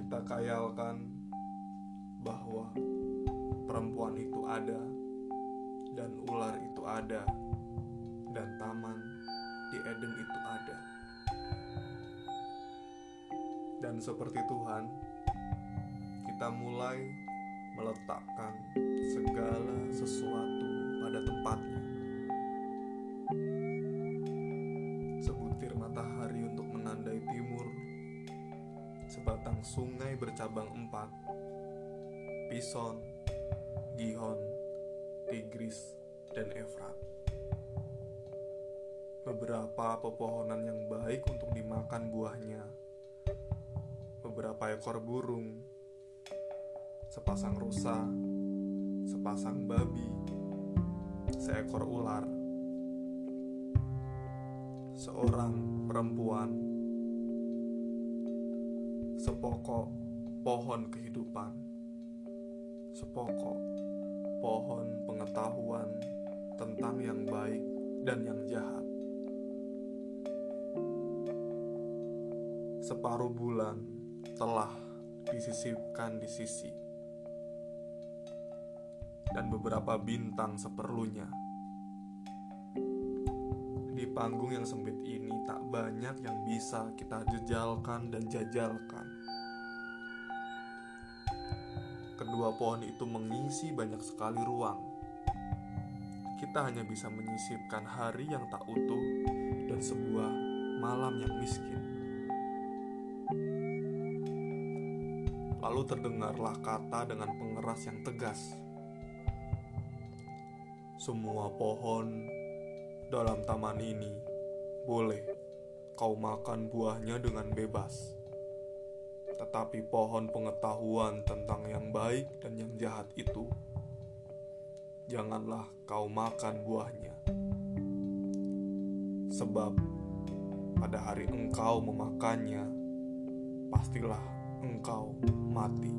Kita khayalkan bahwa perempuan itu ada, dan ular itu ada, dan taman di Eden itu ada. Dan seperti Tuhan, kita mulai meletakkan segala sesuatu pada tempatnya. Sebutir matahari untuk menandai timur, sebatang sungai bercabang 4, Pison, Gihon, Tigris, dan Efrat. Beberapa pepohonan yang baik untuk dimakan buahnya, beberapa ekor burung, sepasang rusa, sepasang babi, seekor ular, seorang perempuan, sepokok pohon kehidupan, sepokok pohon pengetahuan tentang yang baik dan yang jahat. Separuh bulan telah disisipkan di sisi, dan beberapa bintang seperlunya. Di panggung yang sempit ini tak banyak yang bisa kita jejalkan dan jajalkan. Kedua pohon itu mengisi banyak sekali ruang. Kita hanya bisa menyisipkan hari yang tak utuh dan sebuah malam yang miskin. Lalu terdengarlah kata dengan pengeras yang tegas, "Semua pohon dalam taman ini boleh kau makan buahnya dengan bebas. Tetapi pohon pengetahuan tentang yang baik dan yang jahat itu, janganlah kau makan buahnya. Sebab pada hari engkau memakannya, pastilah engkau mati."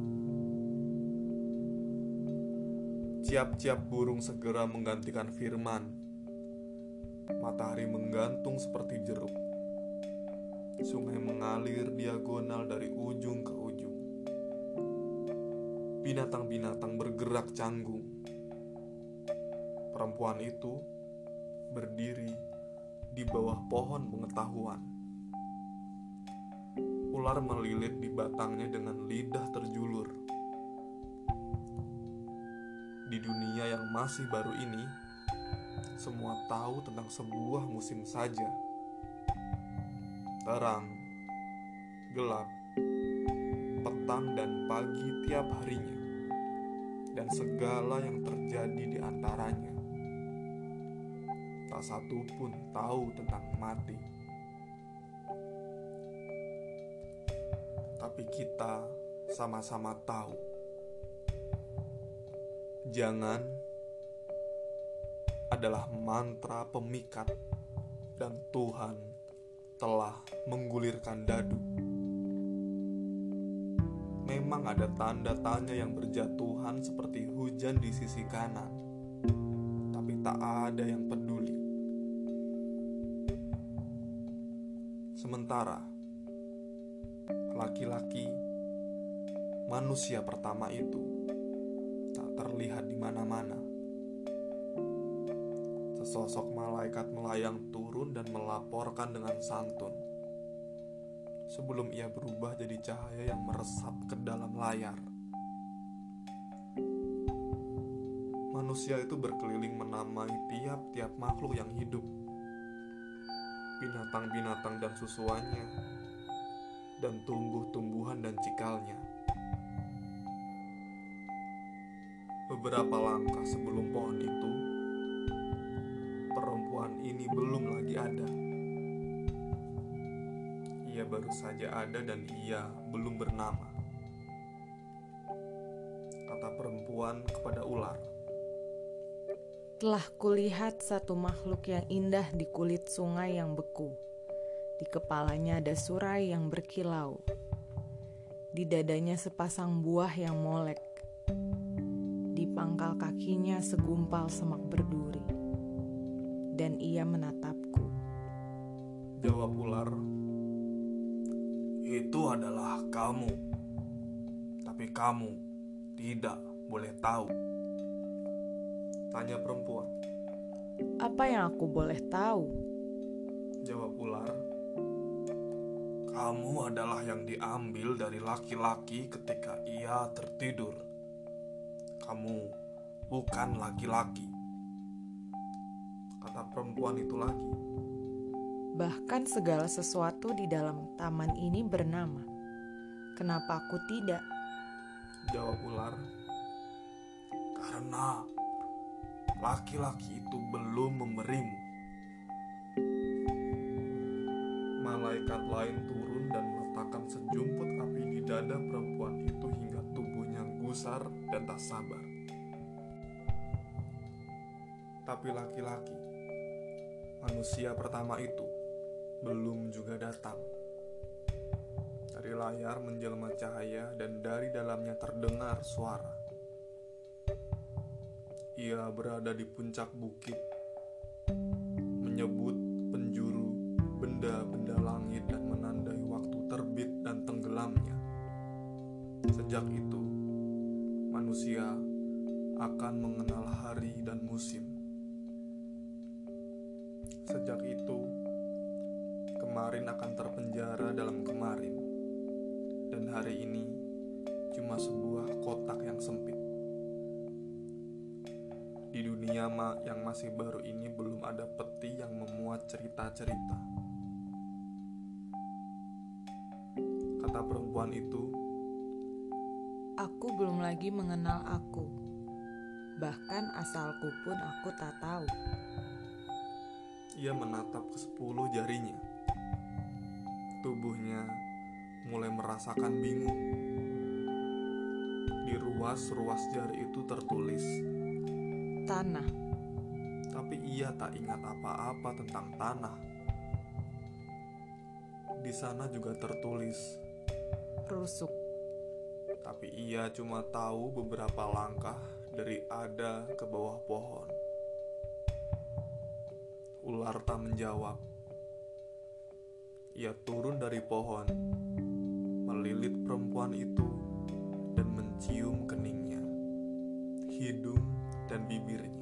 Ciap-ciap burung segera menggantikan firman. Matahari menggantung seperti jeruk. Sungai mengalir diagonal dari ujung ke ujung. Binatang-binatang bergerak canggung. Perempuan itu berdiri di bawah pohon pengetahuan. Ular melilit di batangnya dengan lidah terjulur. Di dunia yang masih baru ini, semua tahu tentang sebuah musim saja. Terang, gelap, petang dan pagi tiap harinya, dan segala yang terjadi di antaranya. Tak satu pun tahu tentang mati. Tapi kita sama-sama tahu, jangan adalah mantra pemikat, dan Tuhan telah menggulirkan dadu. Memang ada tanda tanya yang berjatuhan seperti hujan di sisi kanan, tapi tak ada yang peduli. Sementara laki-laki, manusia pertama itu tak terlihat di mana-mana. Sesosok malaikat melayang turun dan melaporkan dengan santun, sebelum ia berubah jadi cahaya yang meresap ke dalam layar. Manusia itu berkeliling menamai tiap-tiap makhluk yang hidup, binatang-binatang dan susuannya, dan tumbuh-tumbuhan dan cikalnya. Beberapa langkah sebelum pohon itu, perempuan ini belum lagi ada. Ia baru saja ada dan ia belum bernama. Kata perempuan kepada ular, "Telah kulihat satu makhluk yang indah di kulit sungai yang beku. Di kepalanya ada surai yang berkilau. Di dadanya sepasang buah yang molek. Di pangkal kakinya segumpal semak berduri. Dan ia menatapku." Jawab ular, "Itu adalah kamu." Tapi kamu tidak boleh tahu. Tanya perempuan. Apa yang aku boleh tahu? Jawab ular. Kamu adalah yang diambil dari laki-laki ketika ia tertidur. Kamu bukan laki-laki. Kata perempuan itu lagi. Bahkan segala sesuatu di dalam taman ini bernama. Kenapa aku tidak? Jawab ular. Karena laki-laki itu belum memberimu. Malaikat lain turun dan meletakkan sejumput api di dada perempuan itu hingga tubuhnya gusar dan tak sabar. Tapi laki-laki, manusia pertama itu, belum juga datang. Dari layar menjelma cahaya dan dari dalamnya terdengar suara. Ia berada di puncak bukit, menyebut penjuru benda-benda langit dan menandai waktu terbit dan tenggelamnya. Sejak itu, manusia akan mengenal hari dan musim. Sejak itu, kemarin akan terpenjara dalam kemarin, dan hari ini cuma sebuah kotak yang sempit. Di dunia yang masih baru ini belum ada peti yang memuat cerita-cerita. Kata perempuan itu, Aku belum lagi mengenal aku. Bahkan asalku pun aku tak tahu. ia menatap ke 10 jarinya. Tubuhnya mulai merasakan bingung. Di ruas-ruas jari itu tertulis Tanah. tapi ia tak ingat apa-apa tentang tanah. Di sana juga tertulis, Rusuk. tapi ia cuma tahu beberapa langkah dari ada ke bawah pohon. Ular tak menjawab. Ia turun dari pohon, melilit perempuan itu, dan mencium keningnya, hidung, dan bibirnya.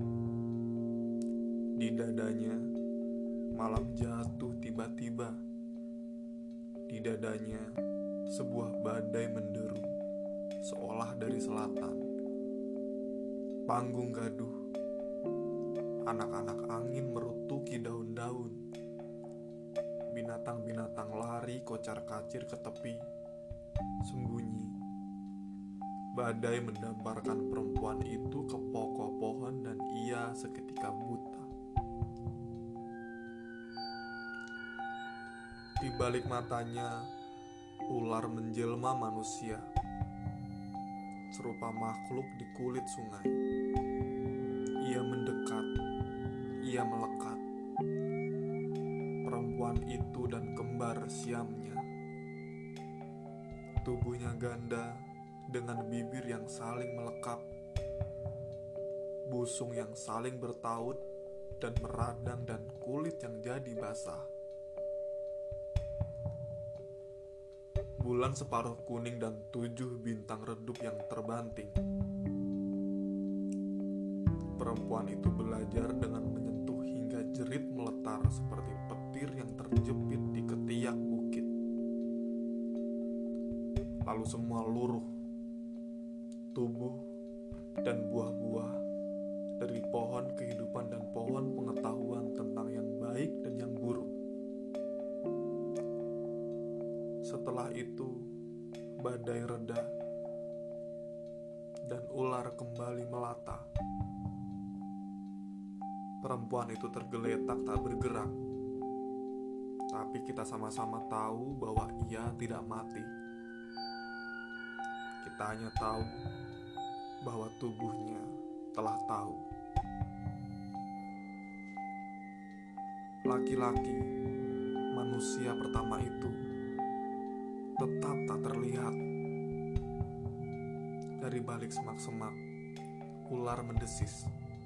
Di dadanya, malam jatuh tiba-tiba. Di dadanya, sebuah badai menderu, seolah dari selatan. Panggung gaduh. Anak-anak angin merutuki daun-daun. Binatang-binatang lari kocar-kacir ke tepi, sembunyi. Badai mendamparkan perempuan itu ke pokok pohon dan ia seketika buta. Di balik matanya, ular menjelma manusia, serupa makhluk di kulit sungai. Ia mendekat, ia melekat. Perempuan itu dan kembar siamnya. Tubuhnya ganda dengan bibir yang saling melekap, busung yang saling bertaut dan meradang dan kulit yang jadi basah. Bulan separuh kuning dan 7 bintang redup yang terbanting. Perempuan itu belajar dengan menyentuh hingga jerit meletar seperti petir yang terjepit di ketiak bukit. Lalu semua luruh, tubuh dan buah-buah dari pohon kehidupan dan pohon pengetahuan tentang yang baik dan yang buruk. Setelah itu, badai reda dan ular kembali melata. Perempuan itu tergeletak tak bergerak, tapi kita sama-sama tahu bahwa ia tidak mati. Kita hanya tahu bahwa tubuhnya telah tahu. Laki-laki, manusia pertama itu, tetap tak terlihat. Dari balik semak-semak, ular mendesis.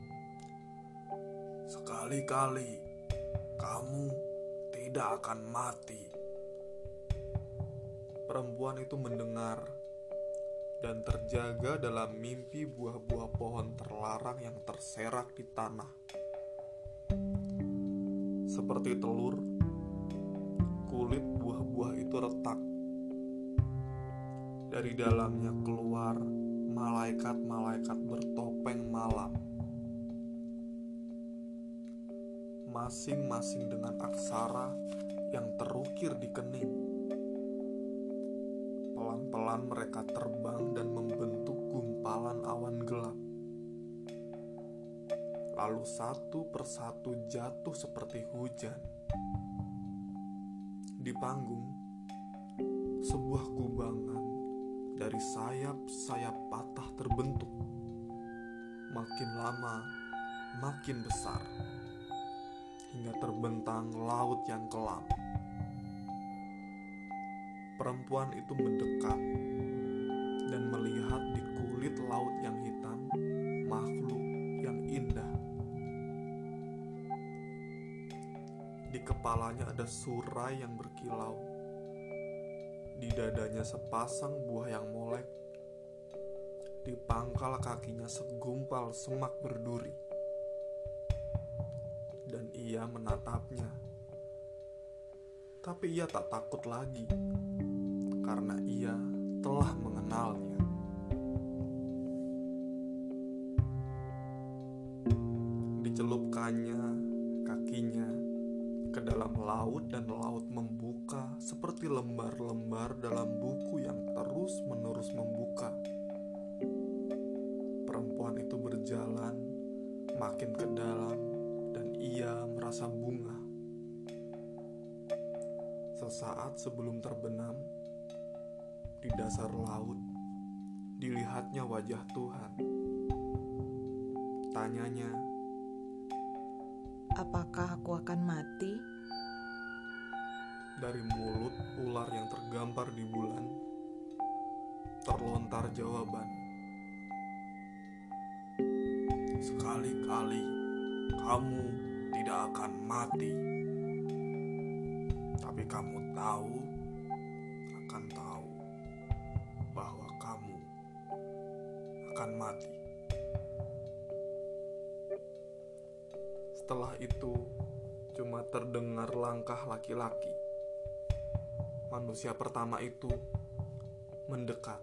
Sekali-kali kamu tidak akan mati. Perempuan itu mendengar, dan terjaga dalam mimpi buah-buah pohon terlarang yang terserak di tanah. Seperti telur, kulit buah-buah itu retak. Dari dalamnya keluar malaikat-malaikat bertopeng malam, masing-masing dengan aksara yang terukir di kening. Pelan-pelan mereka terbang dan membentuk gumpalan awan gelap. Lalu satu persatu jatuh seperti hujan. Di panggung, sebuah kubangan dari sayap-sayap patah terbentuk. Makin lama, makin besar, hingga terbentang laut yang kelam. Perempuan itu mendekat dan melihat di kulit laut yang hitam makhluk yang indah. Di kepalanya ada surai yang berkilau. Di dadanya sepasang buah yang molek. Di pangkal kakinya segumpal semak berduri. Dan ia menatapnya. Tapi ia tak takut lagi, karena ia telah mengenalnya. Dicelupkannya kakinya ke dalam laut, dan laut membuka seperti lembar-lembar dalam buku yang terus-menerus membuka. Perempuan itu berjalan makin ke dalam, dan ia merasa bunga. Sesaat sebelum terbenam, di dasar laut, dilihatnya wajah Tuhan. Tanyanya, "Apakah aku akan mati?" dari mulut ular yang tergambar di bulan, terlontar jawaban, "Sekali-kali kamu tidak akan mati. Tapi kamu akan tahu bahwa kamu akan mati." Setelah itu, cuma terdengar langkah laki-laki. Manusia pertama itu mendekat.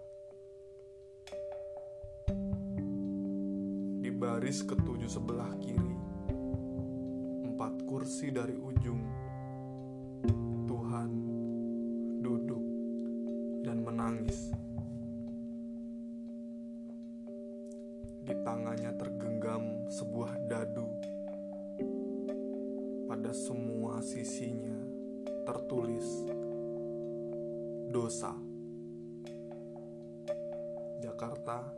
Di baris ketujuh sebelah kiri, 4 kursi dari ujung, Tuhan duduk dan menangis. Di tangannya tergenggam sebuah dadu. Pada semua sisinya tertulis dosa. Jakarta,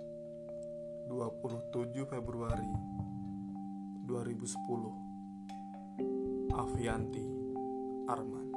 27 Februari 2010. Avianti Arman.